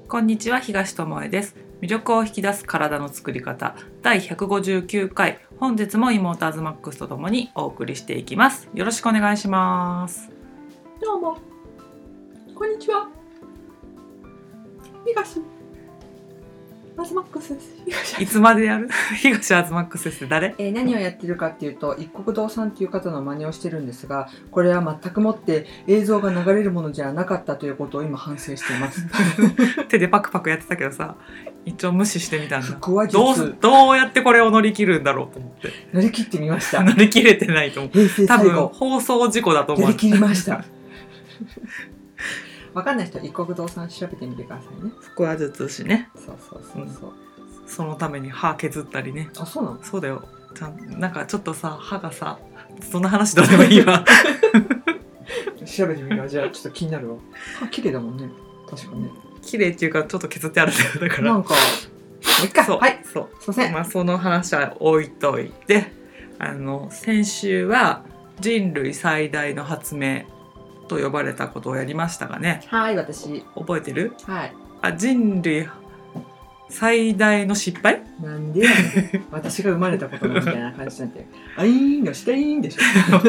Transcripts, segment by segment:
こんにちは、東智恵です。魅力を引き出す体の作り方第159回、本日も妹アズマックスとともにお送りしていきます。よろしくお願いします。 どうもこんにちは、東アズマックスです。 いつまでやる東アズマックスって誰？ 何をやってるかっていうと、一国堂さんっていう方の真似をしてるんですが、これは全くもって映像が流れるものじゃなかったということを今反省しています。 手でパクパクやってたけどさ、一応無視してみたんだ。 腹話術どうやってこれを乗り切るんだろうと思って乗り切ってみました。 乗り切れてないと思う。 平成多分最後放送事故だと思う。 乗り切りました。わかんない人は一国堂さん調べてみてくださいね。 腹話術師ね。 そう、 そのために歯削ったりね。 あ、そうなの？ そうだよ。なんかちょっとさ、歯がさ、そんな話どうでもいいわ。 調べてみるわ。じゃあちょっと気になるわ。歯綺麗だもんね。確かね。 綺麗っていうかちょっと削ってあるんだよ。だからなんかもう一回。 そう、 はい、 そう、 すいません。 まあその話は置いといて、先週は人類最大の発明と呼ばれたことをやりましたがね。 はい、私。 覚えてる？ はい。 人類最大の失敗？ なんでやねん。私が生まれたことみたいな感じなんて。あいーんのしたいーんでしょ。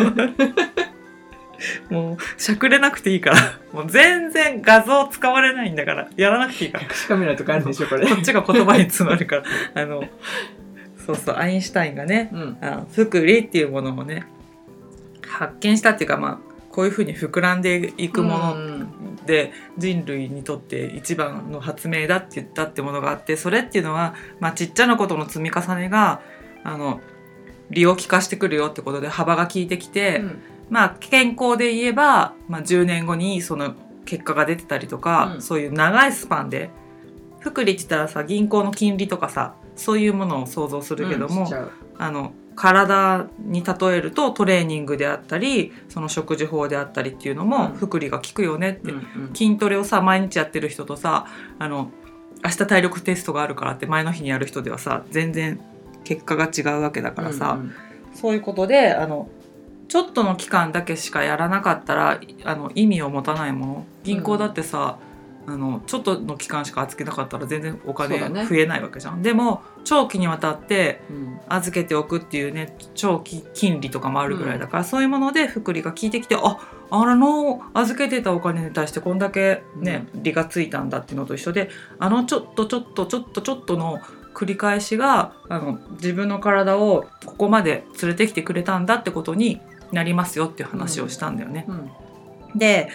もうしゃくれなくていいから、もう全然画像使われないんだからやらなくていいから。 隠しカメラとかあるでしょこれ。 こっちが言葉に詰まるからそうそう、アインシュタインがね、複利っていうものをね発見したっていうか、まあこういうふうに膨らんでいくもので、人類にとって一番の発明だって言ったってものがあって、それっていうのは、まあ、ちっちゃなことの積み重ねが利を利かしてくるよってことで幅が効いてきて、まあ健康で言えば、まあ、10年後にその結果が出てたりとか、そういう長いスパンで、複利って言ったらさ、銀行の金利とかさ、そういうものを想像するけども、体に例えるとトレーニングであったり、その食事法であったりっていうのも複利が効くよねって、筋トレをさ毎日やってる人とさ、明日体力テストがあるからって前の日にやる人ではさ、全然結果が違うわけだからさ、そういうことでちょっとの期間だけしかやらなかったら意味を持たないもの。銀行だってさ、ちょっとの期間しか預けなかったら全然お金増えないわけじゃん。でも長期にわたって預けておくっていうね、長期金利とかもあるぐらいだから、そういうもので複利が効いてきて、預けてたお金に対してこんだけね、利がついたんだっていうのと一緒で、ちょっとの繰り返しが自分の体をここまで連れてきてくれたんだってことになりますよっていう話をしたんだよね。で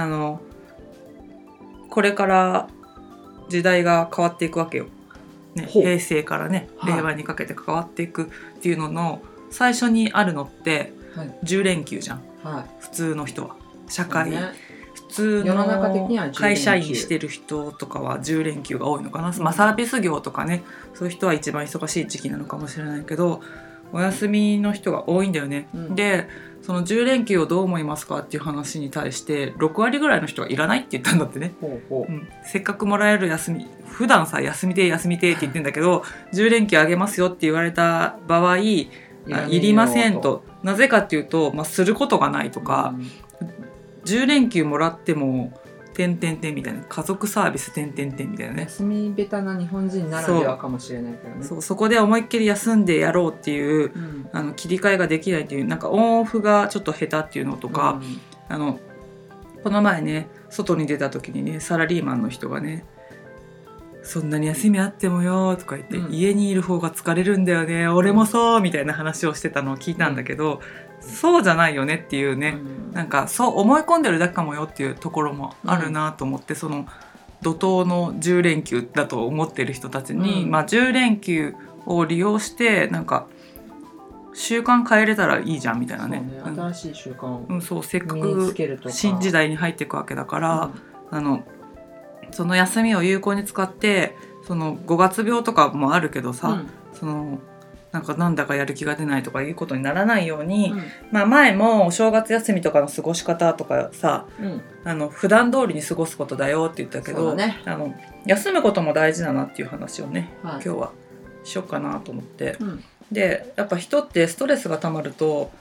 これから時代が変わっていくわけよ、ね、平成からね令和にかけて変わっていくっていうのの最初にあるのって10連休じゃん、普通の人は社会、普通の会社員してる人とかは10連休が多いのかな、まあ、サービス業とかね、そういう人は一番忙しい時期なのかもしれないけど、お休みの人が多いんだよね、でその10連休をどう思いますかっていう話に対して6割ぐらいの人がいらないって言ったんだってね。せっかくもらえる休み、普段さ休みてって言ってんだけど、10連休あげますよって言われた場合いりませんと。なぜかっていうと、することがないとか、10連休もらってもみたいな、家族サービスみたいなね、 休みベタな日本人ならではかもしれないけどね。 そこで思いっきり休んでやろうっていう、切り替えができないっていう、なんかオンオフがちょっと下手っていうのとか、この前ね外に出た時にね、サラリーマンの人がね、そんなに休みあってもよとか言って、家にいる方が疲れるんだよね、俺もそうみたいな話をしてたのを聞いたんだけど、そうじゃないよねっていうね、なんかそう思い込んでるだけかもよっていうところもあるなと思って、その怒涛の10連休だと思ってる人たちに、10連休を利用してなんか習慣変えれたらいいじゃんみたいなね、 新しい習慣をせっかく新時代に入っていくわけだから、その休みを有効に使って、その5月病とかもあるけどさ、なんだかやる気が出ないとかいうことにならないように、前もお正月休みとかの過ごし方とかさ、普段通りに過ごすことだよって言ったけど、休むことも大事だなっていう話をね、今日はしようかなと思って、でやっぱ人ってストレスがたまると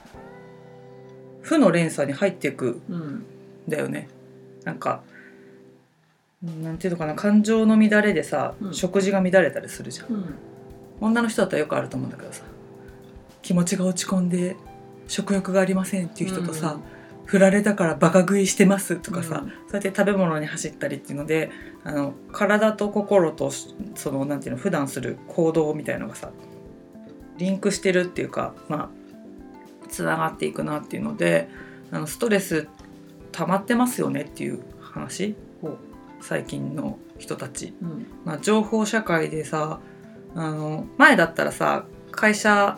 負の連鎖に入っていくんだよね。なんかなんていうのかな、感情の乱れでさ、食事が乱れたりするじゃん、女の人だったらよくあると思うんだけどさ、気持ちが落ち込んで食欲がありませんっていう人とさ、振られたからバカ食いしてますとかさ、そうやって食べ物に走ったりっていうので、体と心とそのなんていうの、普段する行動みたいのがさリンクしてるっていうか、つながっていくなっていうので、ストレス溜まってますよねっていう話、最近の人たち、情報社会でさ、前だったらさ、会社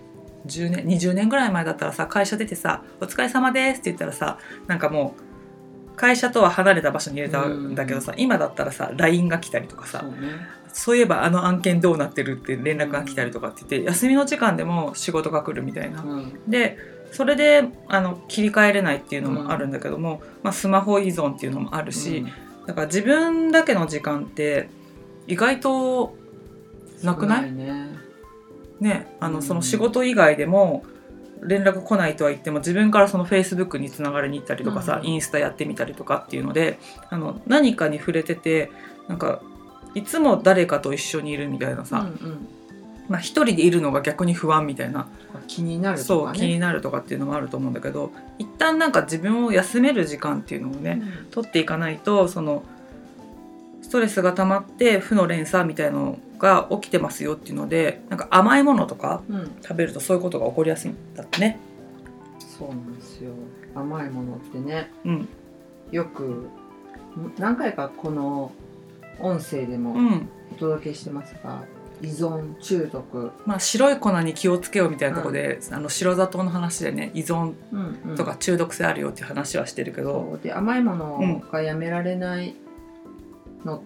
10年20年ぐらい前だったらさ、会社出てさお疲れ様ですって言ったらさ、なんかもう会社とは離れた場所に入れたんだけどさ、今だったらさ LINE が来たりとかさ、そういえば案件どうなってるって連絡が来たりとかって言って、休みの時間でも仕事が来るみたいな、でそれで切り替えれないっていうのもあるんだけども、スマホ依存っていうのもあるし、だから自分だけの時間って意外となくない？ね、その仕事以外でも連絡来ないとは言っても、自分からその Facebook につながりに行ったりとかさ、インスタやってみたりとかっていうので、何かに触れてて、なんかいつも誰かと一緒にいるみたいなさ、一人でいるのが逆に不安みたいな、 気になるとかね、 そう気になるとかっていうのもあると思うんだけど、一旦なんか自分を休める時間っていうのをね、取っていかないと、そのストレスが溜まって負の連鎖みたいなのが起きてますよっていうので、なんか甘いものとか食べるとそういうことが起こりやすいんだってね。 そうなんですよ。甘いものってね、よく何回かこの音声でもお届けしてますが、依存中毒、 白い粉に気をつけようみたいなところで、白砂糖の話でね、依存とか中毒性あるよっていう話はしてるけど、 で甘いものがやめられないのって、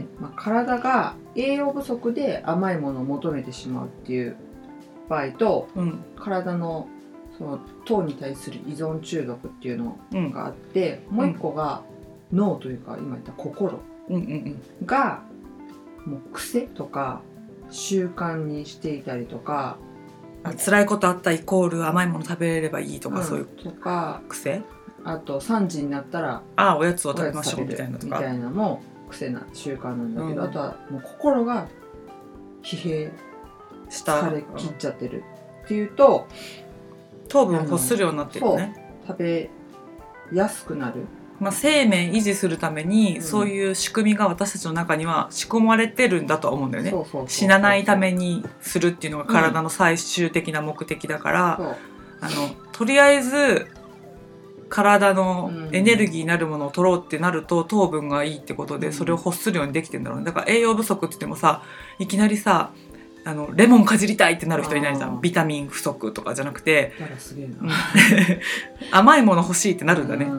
体が栄養不足で甘いものを求めてしまうっていう場合と、体のその糖に対する依存中毒っていうのがあって、もう一個が脳というか、今言った心がもう癖とか習慣にしていたりとか、 辛いことあったイコール甘いもの食べれればいいとか、そういうとか癖、 あと3時になったらおやつを食べましょうみたいなとか、 みたいなのも癖な習慣なんだけど、あとはもう心が疲弊されきっちゃってるっていうと、 糖分を欲するようになってるよね。 食べやすくなる、 生命維持するために、そういう仕組みが私たちの中には仕込まれてるんだとは思うんだよね。死なないためにするっていうのが体の最終的な目的だから、とりあえず体のエネルギーになるものを取ろうってなると糖分がいいってことで、それを欲するようにできてんだろうね。だから栄養不足って言ってもさ、いきなりさレモンかじりたいってなる人いないじゃん。ビタミン不足とかじゃなくて、 すげえな甘いもの欲しいってなるんだね。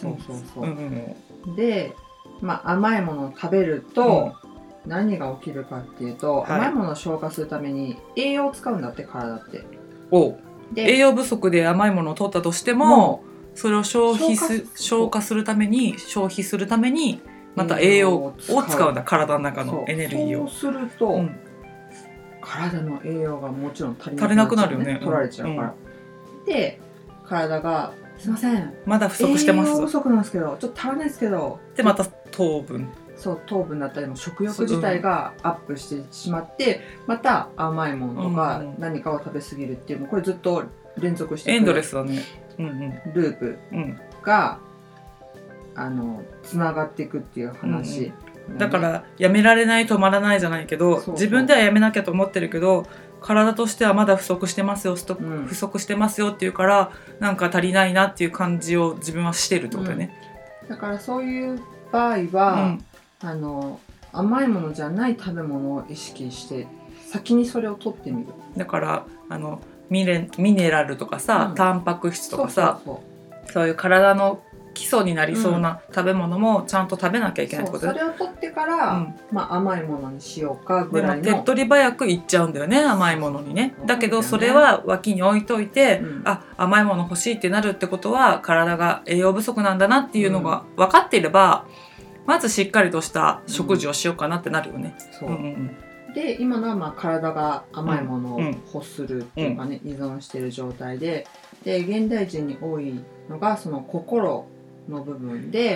で、甘いものを食べると何が起きるかっていうと、甘いものを消化するために栄養を使うんだって、体って。で、 栄養不足で甘いものを取ったとしても、それを消化するために、消費するためにまた栄養を使うんだ、体の中のエネルギーを。 そうすると、体の栄養がもちろん足りなくなるよね。 取られちゃうから、で体がすいません、 まだ不足してます。 栄養不足なんですけど、ちょっと足らないですけど、 でまた糖分だったりも食欲自体がアップしてしまって、また甘いものとか何かを食べ過ぎるっていう、もうこれずっと連続してエンドレスだね。 ループがつながっていくっていう話。 だからやめられない、止まらないじゃないけど、自分ではやめなきゃと思ってるけど、体としてはまだ不足してますよ、不足してますよっていうから、なんか足りないなっていう感じを自分はしてるってことだよね。 だからそういう場合は、甘いものじゃない食べ物を意識して先にそれを取ってみる。 だからミネラルとかさ、タンパク質とかさ、そういう体の基礎になりそうな食べ物もちゃんと食べなきゃいけないってことで、 それを取ってから、甘いものにしようかぐらいの。 でも手っ取り早くいっちゃうんだよね、甘いものにね。だけどそれは脇に置いといて、甘いもの欲しいってなるってことは体が栄養不足なんだなっていうのが分かっていれば、まずしっかりとした食事をしようかなってなるよね。 で今のは体が甘いものを欲するっていうかね、依存している状態で、現代人に多いのがその心の部分で、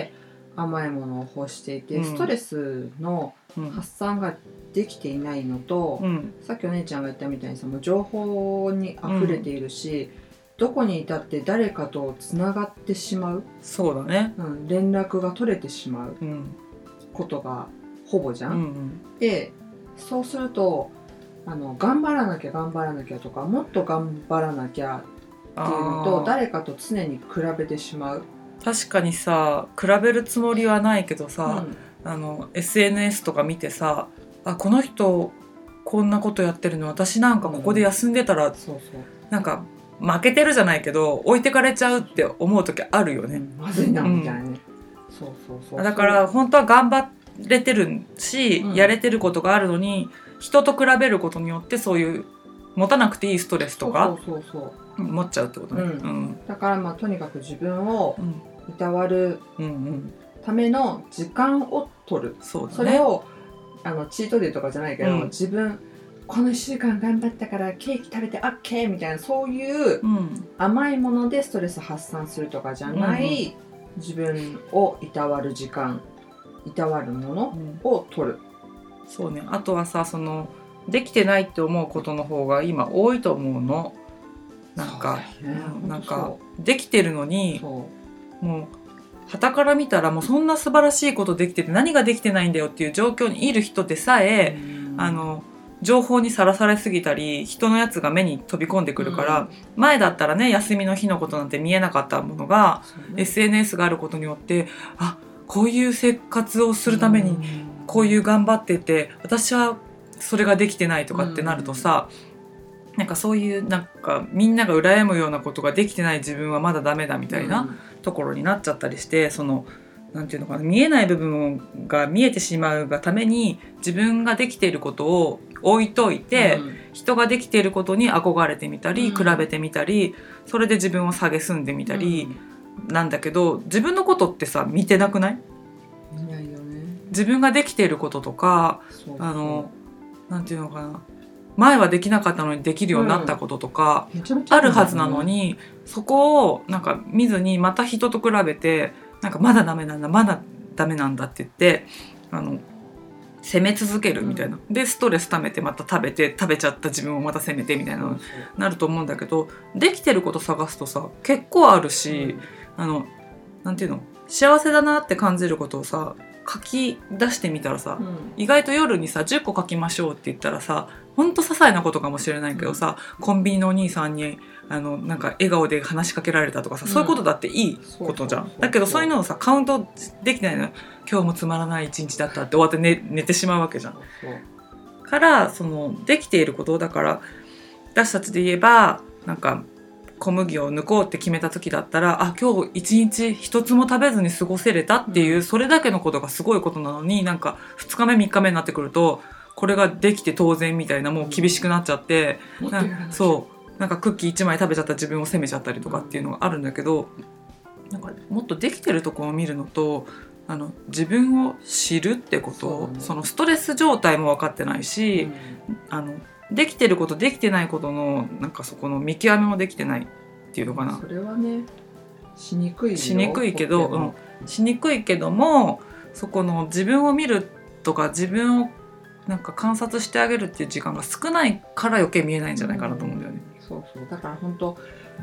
甘いものを欲していて、ストレスの発散ができていないのと、さっきお姉ちゃんが言ったみたいにもう情報に溢れているし、どこにいたって誰かとつながってしまう。 そうだね、 連絡が取れてしまうことがほぼじゃん。でそうすると頑張らなきゃとか、もっと頑張らなきゃっていうのと、誰かと常に比べてしまう。 確かにさ、比べるつもりはないけどさ、SNS とか見てさ、この人こんなことやってるの、私なんかここで休んでたら、なんか負けてるじゃないけど置いてかれちゃうって思う時あるよね。 まずいなみたいなね。 だから本当は頑張れてるし、やれてることがあるのに、人と比べることによってそういう持たなくていいストレスとか持っちゃうってことね。 だからとにかく自分をいたわるための時間を取る。それをチートデーとかじゃないけど、自分この1週間頑張ったからケーキ食べて OK みたいな、そういう甘いものでストレス発散するとかじゃない、自分をいたわる時間、いたわるものを取る。 そうね。あとはさ、できてないって思うことの方が今多いと思うの。なんかできてるのに、もう傍から見たらもうそんな素晴らしいことできてて何ができてないんだよっていう状況にいる人でさえ、情報にさらされすぎたり、人のやつが目に飛び込んでくるから、前だったらね、休みの日のことなんて見えなかったものが、SNS があることによって、こういう生活をするためにこういう頑張ってて、私はそれができてないとかってなるとさ、なんかそういうみんなが羨むようなことができてない自分はまだダメだみたいなところになっちゃったりして、なんていうのかな、見えない部分が見えてしまうがために自分ができていることを置いといて、人ができていることに憧れてみたり、比べてみたり、それで自分を蔑んでみたり、なんだけど、自分のことってさ見てなくない？ 見ないよね。 自分ができていることとか、なんていうのかな、前はできなかったのにできるようになったこととか、あるはずなのに、そこを見ずにまた人と比べて、まだダメなんだって言って責め続けるみたいな、でストレス溜めてまた食べちゃった自分をまた責めてみたいななると思うんだけど、できてること探すとさ結構あるし、なんていうの、幸せだなって感じることをさ書き出してみたらさ、意外と夜にさ10個書きましょうって言ったらさ、ほんと些細なことかもしれないけどさ、コンビニのお兄さんに笑顔で話しかけられたとかさ、そういうことだっていいことじゃん。だけどそういうのをさカウントできないのよ。今日もつまらない一日だったって終わって、寝てしまうわけじゃん。からできていることだから、私たちで言えば小麦を抜こうって決めた時だったら、今日一日一つも食べずに過ごせれたっていう、それだけのことがすごいことなのに、2日目3日目になってくるとこれができて当然みたいな、もう厳しくなっちゃって、クッキー1枚食べちゃった自分を責めちゃったりとかっていうのがあるんだけど、もっとできてるところを見るのと、自分を知るってこと、そのストレス状態も分かってないし、できてることできてないことのそこの見極めもできてないっていうのかな。 それはねしにくいけど、しにくいけども、そこの自分を見るとか自分を観察してあげるっていう時間が少ないから余計見えないんじゃないかなと思うんだよね。 そうだから本当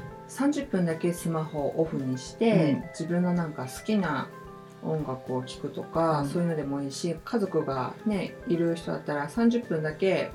30分だけスマホをオフにして、自分の好きな音楽を聴くとか、そういうのでもいいし、家族がねいる人だったら30分だけ、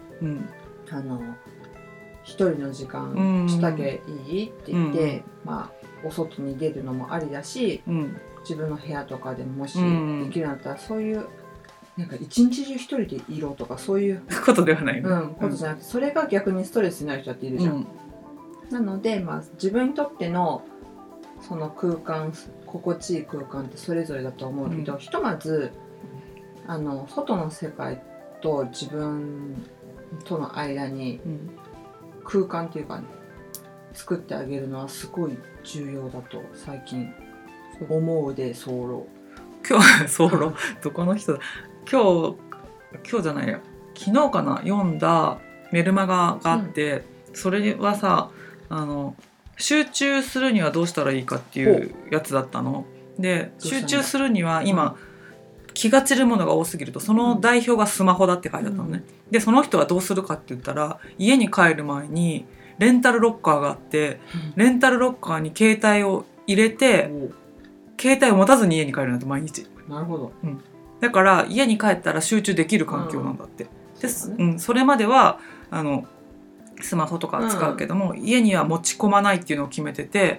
一人の時間ちょっとだけいいって言って、お外に出るのもありだし、自分の部屋とかでもしできるんだったら、そういう一日中一人でいろとかそういうことではない、 ことじゃなくて、それが逆にストレスになる人だっているじゃん。なので、自分にとってのその空間、心地いい空間ってそれぞれだと思うけど、ひとまず外の世界と自分との間に空間っていうか、作ってあげるのはすごい重要だと最近思うで候。 今日候どこの人だ。今日じゃないや、昨日かな、読んだメルマガがあって、それはさ集中するにはどうしたらいいかっていうやつだったの。 で集中するには今、気が散るものが多すぎるとその代表がスマホだって書いてあったのね、でその人はどうするかって言ったら家に帰る前にレンタルロッカーがあってレンタルロッカーに携帯を入れて携帯を持たずに家に帰るなんて毎日。 なるほど、 だから家に帰ったら集中できる環境なんだって、それまではスマホとか使うけども、家には持ち込まないっていうのを決めてて、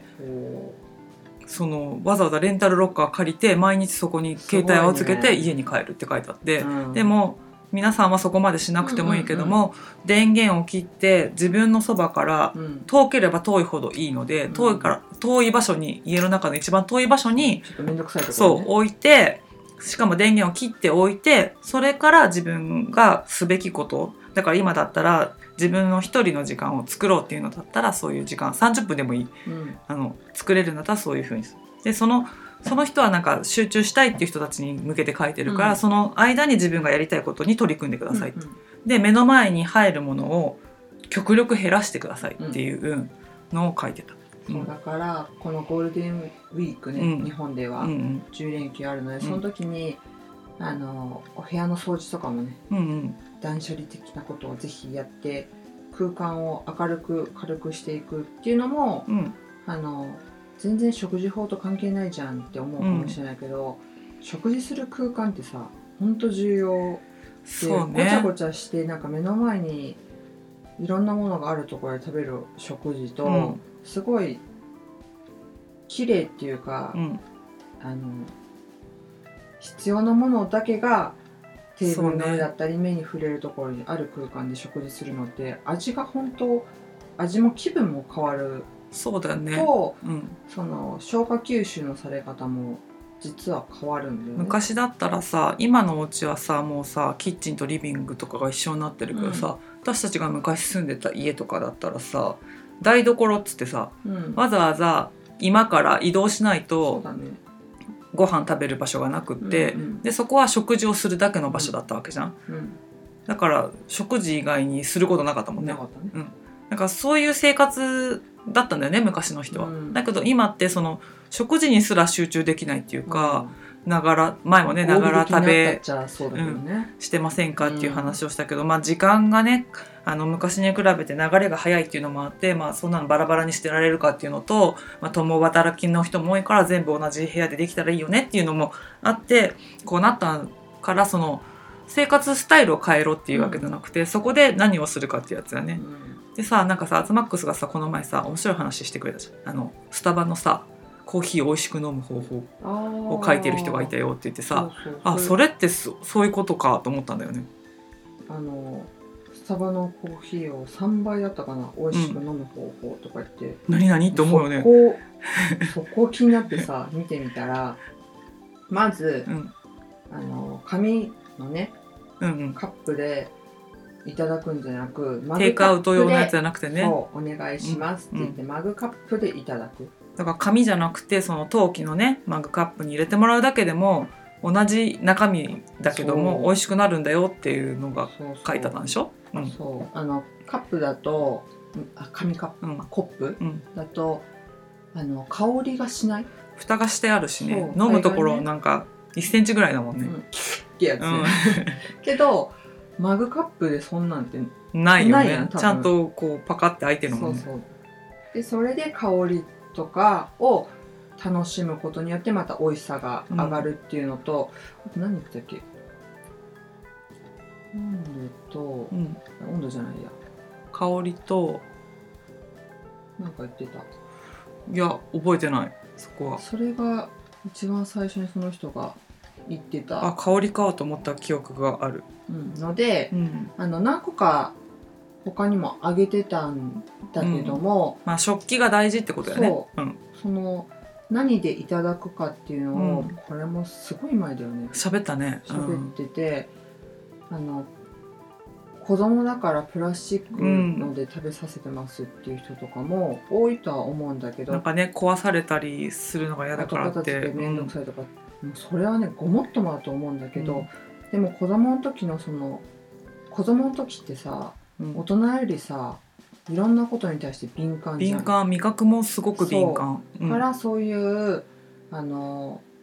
わざわざレンタルロッカー借りて毎日そこに携帯を預けて家に帰るって書いてあって、でも皆さんはそこまでしなくてもいいけども、電源を切って自分のそばから遠ければ遠いほどいいので、遠い場所に、家の中の一番遠い場所にちょっとめんどくさいところ、ね、 置いて、しかも電源を切っておいて、それから自分がすべきことだから、今だったら自分の一人の時間を作ろうっていうのだったらそういう時間30分でもいい、作れるんだったらそういう風にする。でその人はなんか集中したいっていう人たちに向けて書いてるから、その間に自分がやりたいことに取り組んでくださいって、で目の前に入るものを極力減らしてくださいっていうのを書いてた。 そうだからこのゴールデンウィークね、日本では10連休あるので、その時にお部屋の掃除とかもね、断捨離的なことをぜひやって空間を明るく軽くしていくっていうのも、全然食事法と関係ないじゃんって思うかもしれないけど、食事する空間ってさほんと重要で、ごちゃごちゃしてなんか目の前にいろんなものがあるところで食べる食事と、すごい綺麗っていうか、必要なものだけがテーブルの上だったり、目に触れるところにある空間で食事するのって味も気分も変わる。 そうだね。 と、その消化吸収のされ方も実は変わるんだよね。 昔だったらさ、今のお家はさもうさキッチンとリビングとかが一緒になってるけどさ、私たちが昔住んでた家とかだったらさ、台所っつってさ、わざわざ今から移動しないとご飯食べる場所がなくって、でそこは食事をするだけの場所だったわけじゃん、だから食事以外にすることなかったもんね。なんかそういう生活だったんだよね昔の人は、だけど今ってその食事にすら集中できないっていうか、前もねながら食べしてませんかっていう話をしたけど、時間がね昔に比べて流れが早いっていうのもあって、そんなのバラバラにしてられるかっていうのと、共働きの人も多いから全部同じ部屋でできたらいいよねっていうのもあって、こうなったから、その生活スタイルを変えろっていうわけじゃなくて、そこで何をするかっていうやつだね。でさ、なんかさ、アズマックスがさこの前さ面白い話してくれたじゃん。スタバのさコーヒーを美味しく飲む方法を書いてる人がいたよって言ってさ、それってそういうことかと思ったんだよね。 スタバのコーヒーを3倍だったかな、美味しく飲む方法とか言って、 何って思うよね。 そこ気になってさ見てみたら、まず、紙のね、カップでいただくんじゃなく、 テイクアウト用のやつじゃなくてね、 そうお願いしますって言って、マグカップでいただく。 だから紙じゃなくてその陶器のねマグカップに入れてもらうだけでも同じ中身だけども美味しくなるんだよっていうのが書いてあったんでしょ。 そうカップだと紙カップ、コップだと香りがしない、 蓋がしてあるしね、飲むところなんか1センチぐらいだもんね、 ってやつ、けどマグカップでそんなんてないよね。ちゃんとこうパカって開いてるもんね。 でそれで香りとかを楽しむことによってまた美味しさが上がるっていうのと、何言ったっけ、温度と、温度じゃないや、 香りとなんか言ってた。 いや覚えてない、そこは。 それが一番最初にその人が言ってた。 香りかと思った記憶がある、 ので、何個か他にもあげてたんだけども、 食器が大事ってことだよね。 その何でいただくかっていうのを、これもすごい前だよね、 喋ったね、 喋ってて、子供だからプラスチックので食べさせてますっていう人とかも多いとは思うんだけど、 なんかね壊されたりするのが嫌だからって、 後片付けめんどくさいとか、それはねごもっともだと思うんだけど、でも子供の時ってさ、大人よりさいろんなことに対して敏感じゃん。 味覚もすごく敏感、 からそういう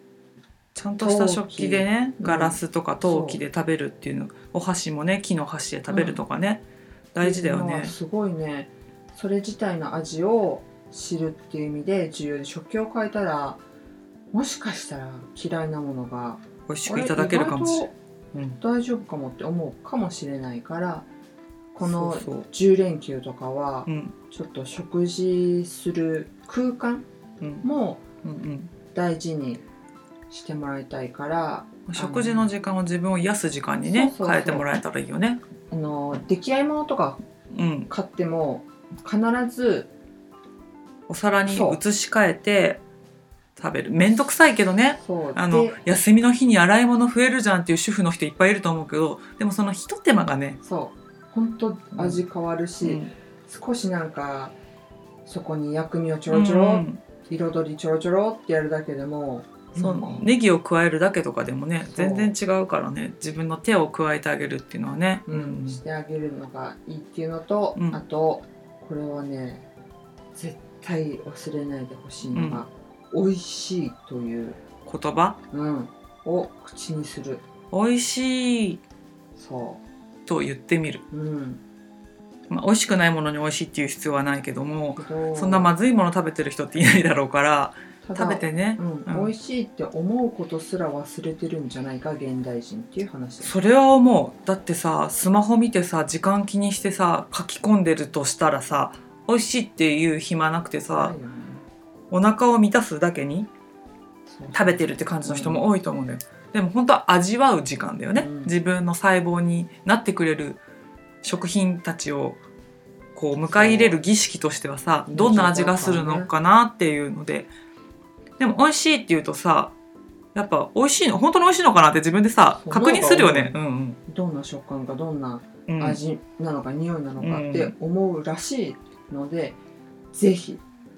ちゃんとした食器でね、ガラスとか陶器で食べるっていうの、お箸もね木の箸で食べるとかね、大事だよね。 すごいね、それ自体の味を知るっていう意味で重要で、食器を変えたらもしかしたら嫌いなものが美味しくいただけるかもしれない、 大丈夫かもって思うかもしれないから、この10連休とかはちょっと食事する空間も大事にしてもらいたいから、 食事の時間を自分を癒す時間にね変えてもらえたらいいよね。 出来合い物とか買っても必ずお皿に移し替えて食べる。めんどくさいけどね、休みの日に洗い物増えるじゃんっていう主婦の人いっぱいいると思うけど、でもその一手間がね、 本当味変わるし、少しなんかそこに薬味をちょろちょろ、彩りちょろちょろってやるだけでも、 ネギを加えるだけとかでもね全然違うからね、自分の手を加えてあげるっていうのはね、 してあげるのがいいっていうのと、あとこれはね絶対忘れないでほしいのが、美味しいという言葉、 を口にする。 美味しいと言ってみる。美味しくないものに美味しいっていう必要はないけども、そんなまずいもの食べてる人っていないだろうから、食べてね、 美味しいって思うことすら忘れてるんじゃないか現代人っていう話です。 それは思う。だってさ、スマホ見てさ、時間気にしてさ書き込んでるとしたらさ、美味しいっていう暇なくてさ、お腹を満たすだけに食べてるって感じの人も多いと思うんだよ。でも本当は味わう時間だよね、自分の細胞になってくれる食品たちをこう迎え入れる儀式としてはさ、どんな味がするのかなっていうので、でも美味しいって言うとさ、やっぱ美味しいの、本当に美味しいのかなって自分でさ確認するよね。 どんな食感か、どんな味なのか、匂いなのかって思うらしいので、ぜひ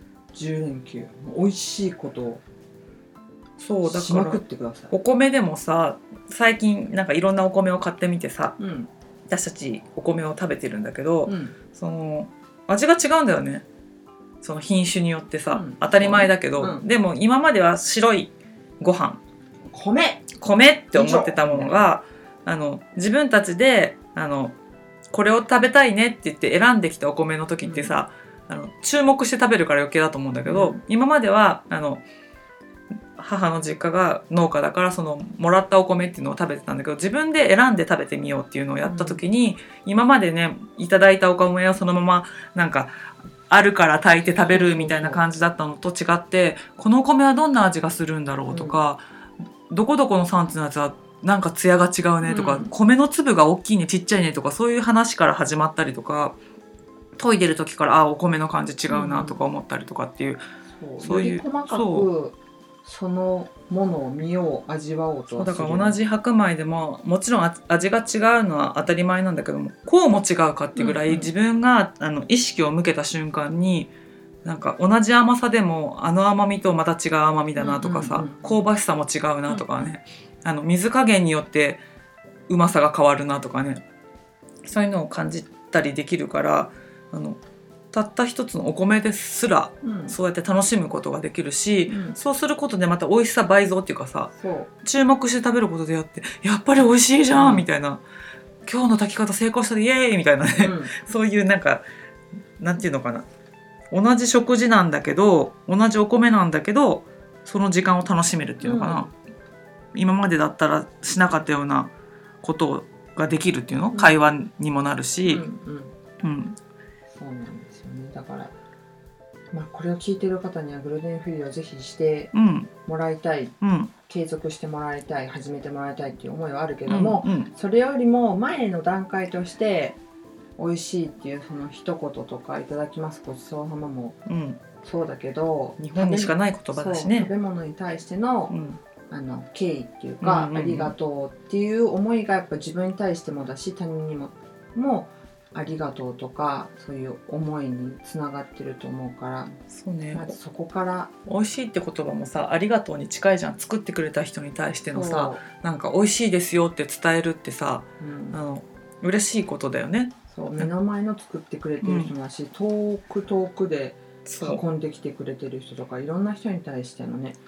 10連休美味しいことをしまくってください。 お米でもさ、最近なんかいろんなお米を買ってみてさ、私たちお米を食べてるんだけど、その味が違うんだよね、その品種によってさ、当たり前だけど、でも今までは白いご飯、米って思ってたものが、自分たちでこれを食べたいねって言って選んできたお米の時ってさ、注目して食べるから余計だと思うんだけど、今までは母の実家が農家だから、そのもらったお米っていうのを食べてたんだけど、自分で選んで食べてみようっていうのをやった時に、今までねいただいたお米をそのままなんかあるから炊いて食べるみたいな感じだったのと違って、このお米はどんな味がするんだろうとか、どこどこの産地のやつはなんか艶が違うねとか、米の粒が大きいねちっちゃいねとか、そういう話から始まったりとか、研いでる時からお米の感じ違うなとか思ったりとかっていう、 そういう細かくそのものを見よう、味わおうとはする。 だから同じ白米でももちろん味が違うのは当たり前なんだけども、こうも違うかっていうぐらい、自分が意識を向けた瞬間に、なんか同じ甘さでも甘みとまた違う甘みだなとかさ、香ばしさも違うなとかね、水加減によってうまさが変わるなとかね、そういうのを感じたりできるから、たった一つのお米ですらそうやって楽しむことができるし、そうすることでまた美味しさ倍増っていうかさ、注目して食べることでやって、やっぱり美味しいじゃんみたいな、今日の炊き方成功したでイエーイみたいなね、そういうなんかなんていうのかな、同じ食事なんだけど、同じお米なんだけど、その時間を楽しめるっていうのかな、今までだったらしなかったようなことができるっていうの、会話にもなるし、 そうなんですよね。だから、これを聞いてる方にはグルテンフリーをぜひしてもらいたい、継続してもらいたい、始めてもらいたいっていう思いはあるけども、それよりも前の段階として美味しいっていうその一言とか、いただきますごちそうさまもそうだけど、 日本にしかない言葉だしね、 食べ物に対しての、敬意っていうか、ありがとうっていう思いがやっぱ自分に対してもだし、他人にもありがとうとか、そういう思いにつながってると思うから、 そうね、 まずそこから。 美味しいって言葉もさ、ありがとうに近いじゃん。作ってくれた人に対してのさ、なんか美味しいですよって伝えるってさ、嬉しいことだよね。 目の前の作ってくれてる人だし、遠くで運んできてくれてる人とか、いろんな人に対してのね、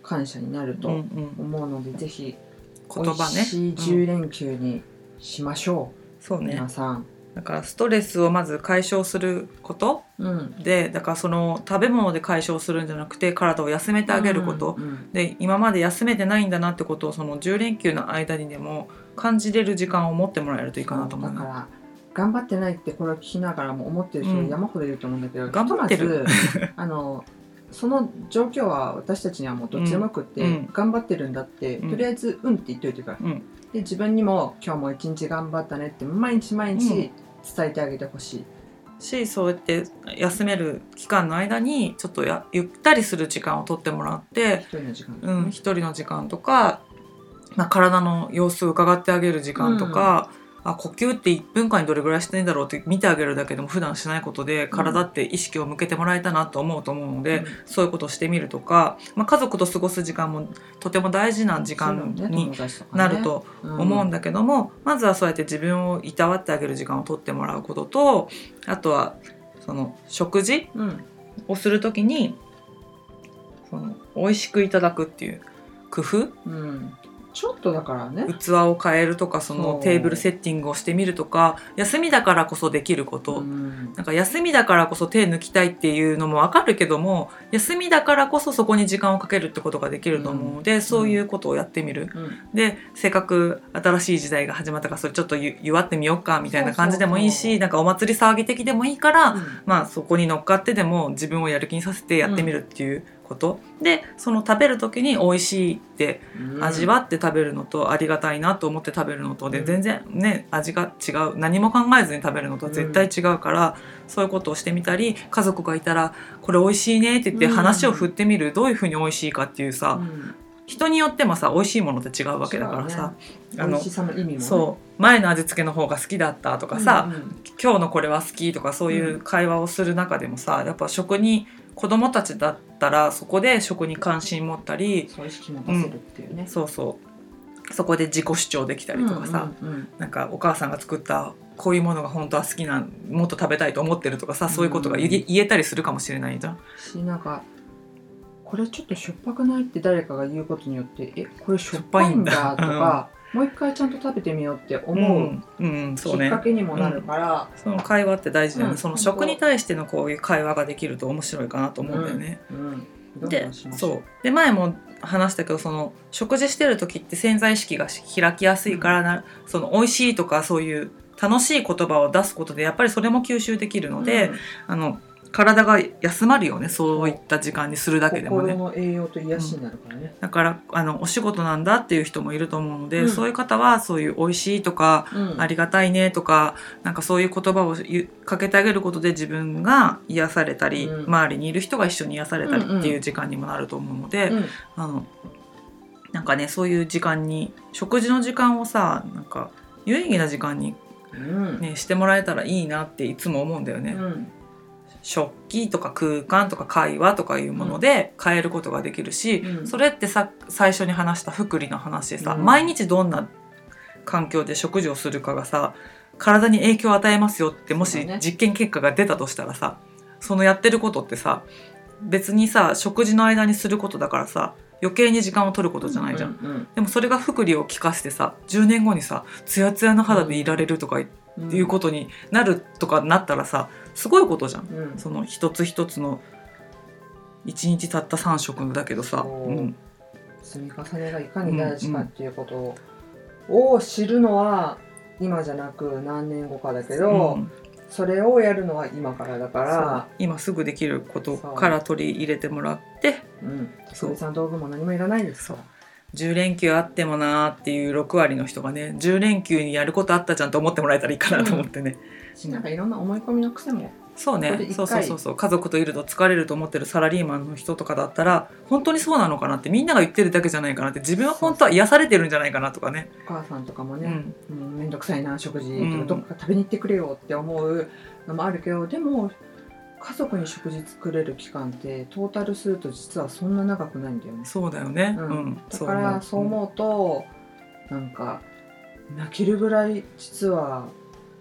感謝になると思うので、ぜひ言葉ね、 美味しい10連休にしましょう、 そうね、 皆さん。 だからストレスをまず解消すること、でだからその食べ物で解消するんじゃなくて体を休めてあげること、で今まで休めてないんだなってことをその10連休の間にでも感じれる時間を持ってもらえるといいかなと思う。 だから頑張ってないってこれを聞きながらも思ってる人山ほどいると思うんだけど、 頑張ってるその状況は私たちにはもうどっちでもよくって、頑張ってるんだって、とりあえずって言っといてください、で自分にも今日も一日頑張ったねって毎日毎日伝えてあげてほしいし、そうやって休める期間の間にちょっとゆったりする時間を取ってもらって、 一人の時間、 一人の時間とか、体の様子を伺ってあげる時間とか、呼吸って1分間にどれぐらいしてんだろうって見てあげるだけでも普段しないことで体って意識を向けてもらえたなと思うと思うので、そういうことをしてみるとか、家族と過ごす時間もとても大事な時間になると思うんだけども、まずはそうやって自分をいたわってあげる時間を取ってもらうことと、あとはその食事をするときにその美味しくいただくっていう工夫、 ちょっとだからね、 器を変えるとか、そのテーブルセッティングをしてみるとか、休みだからこそできること、なんか休みだからこそ手抜きたいっていうのも分かるけども、休みだからこそそこに時間をかけるってことができると思うので、そういうことをやってみる、でせっかく新しい時代が始まったからそれちょっと祝ってみようかみたいな感じでもいいし、なんかお祭り騒ぎ的でもいいから、そこに乗っかってでも自分をやる気にさせてやってみるっていうことで、その食べる時に美味しいって味わって食べるのと、ありがたいなと思って食べるのとで全然ね味が違う、何も考えずに食べるのと絶対違うから、そういうことをしてみたり、家族がいたらこれ美味しいねって言って話を振ってみる、どういうふうに美味しいかっていうさ、人によってもさ美味しいものって違うわけだからさ、 美味しさの意味もね、 そう前の味付けの方が好きだったとかさ、今日のこれは好きとか、そういう会話をする中でもさ、やっぱ食に子供たちだったらそこで食に関心持ったり、 そういう意識持たせるっていうね、 そこで自己主張できたりとかさ、なんかお母さんが作ったこういうものが本当は好きな、もっと食べたいと思ってるとかさ、そういうことが言えたりするかもしれないじゃん。 なんかこれちょっとしょっぱくないって誰かが言うことによって、これしょっぱいんだとか、もう一回ちゃんと食べてみようって思うきっかけにもなるから、 その会話って大事だよね、その食に対してのこういう会話ができると面白いかなと思うんだよね。で前も話したけど、その食事してる時って潜在意識が開きやすいからその美味しいとかそういう楽しい言葉を出すことでやっぱりそれも吸収できるので、体が休まるよね、そういった時間にするだけでもね。 心の栄養と癒しになるからね、 だからお仕事なんだっていう人もいると思うので、そういう方はそういう美味しいとか、ありがたいねとか、なんかそういう言葉をかけてあげることで自分が癒されたり、周りにいる人が一緒に癒されたりっていう時間にもなると思うので、なんかね、そういう時間に、食事の時間をさ、なんか有意義な時間に、してもらえたらいいなっていつも思うんだよね。食器とか空間とか会話とかいうもので変えることができるし、それってさ、最初に話した福利の話でさ、毎日どんな環境で食事をするかがさ、体に影響を与えますよってもし実験結果が出たとしたらさ、そのやってることってさ、別にさ食事の間にすることだからさ、余計に時間を取ることじゃないじゃん。でもそれが福利を効かしてさ、10年後にさツヤツヤの肌でいられるとかっていうことになるとかなったらさ、すごいことじゃん、その一つ一つの1日たった3食だけどさ、 積み重ねがいかに大事かっていうことを知るのは今じゃなく何年後かだけど、それをやるのは今からだから、 今すぐできることから取り入れてもらって、 そうさん道具も何もいらないですから。 10連休あってもなーっていう6割の人がね、10連休にやることあったじゃんと思ってもらえたらいいかなと思ってね、 なんかいろんな思い込みの癖もそうね、そう家族といると疲れると思ってるサラリーマンの人とかだったら、本当にそうなのかなって、みんなが言ってるだけじゃないかなって、自分は本当は癒されてるんじゃないかなとかね。 お母さんとかもね、めんどくさいな食事とか、どっか食べに行ってくれよって思うのもあるけど、でも家族に食事作れる期間ってトータルすると実はそんな長くないんだよね。 そうだよね、 だからそう思うと、なんか泣けるぐらい実は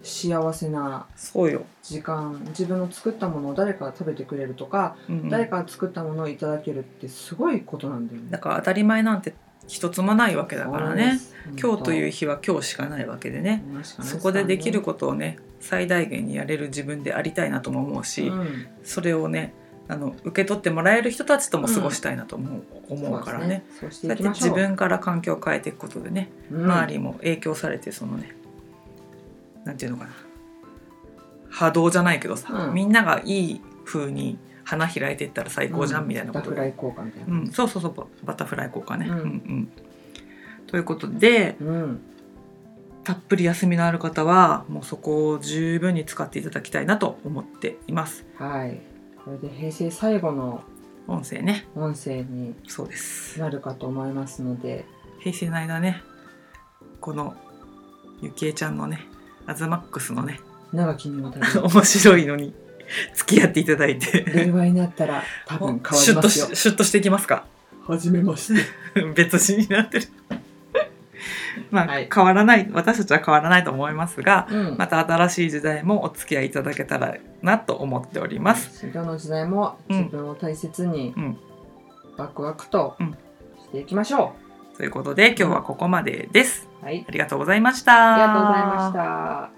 幸せな時間、自分の作ったものを誰かが食べてくれるとか、誰かが作ったものをいただけるってすごいことなんだよね。 だから当たり前なんて一つもないわけだからね。今日という日は今日しかないわけでね、そこでできることをね最大限にやれる自分でありたいなとも思うし、それをね受け取ってもらえる人たちとも過ごしたいなと思うからね。だって自分から環境を変えていくことでね、周りも影響されて、そのねなんていうのかな、波動じゃないけどさ、みんながいい風に花開いていったら最高じゃんみたいなことで、 バタフライ効果みたいな、 そうバタフライ効果ね、ということで、たっぷり休みのある方はもうそこを十分に使っていただきたいなと思っています。 はい、これで平成最後の音声になるかと思いますので、平成の間ね、このゆきえちゃんのねアズマックスのね長きにわたり面白いのに付き合っていただいて、 令和になったら多分変わりますよ。 シュッとしていきますか。 はじめまして別人になってるまあ、変わらない、私たちは変わらないと思いますが、また新しい時代もお付き合いいただけたらなと思っております。 どの時代も自分を大切に、ワクワクとしていきましょう、ということで今日はここまでです。 はい、 ありがとうございました。 ありがとうございました。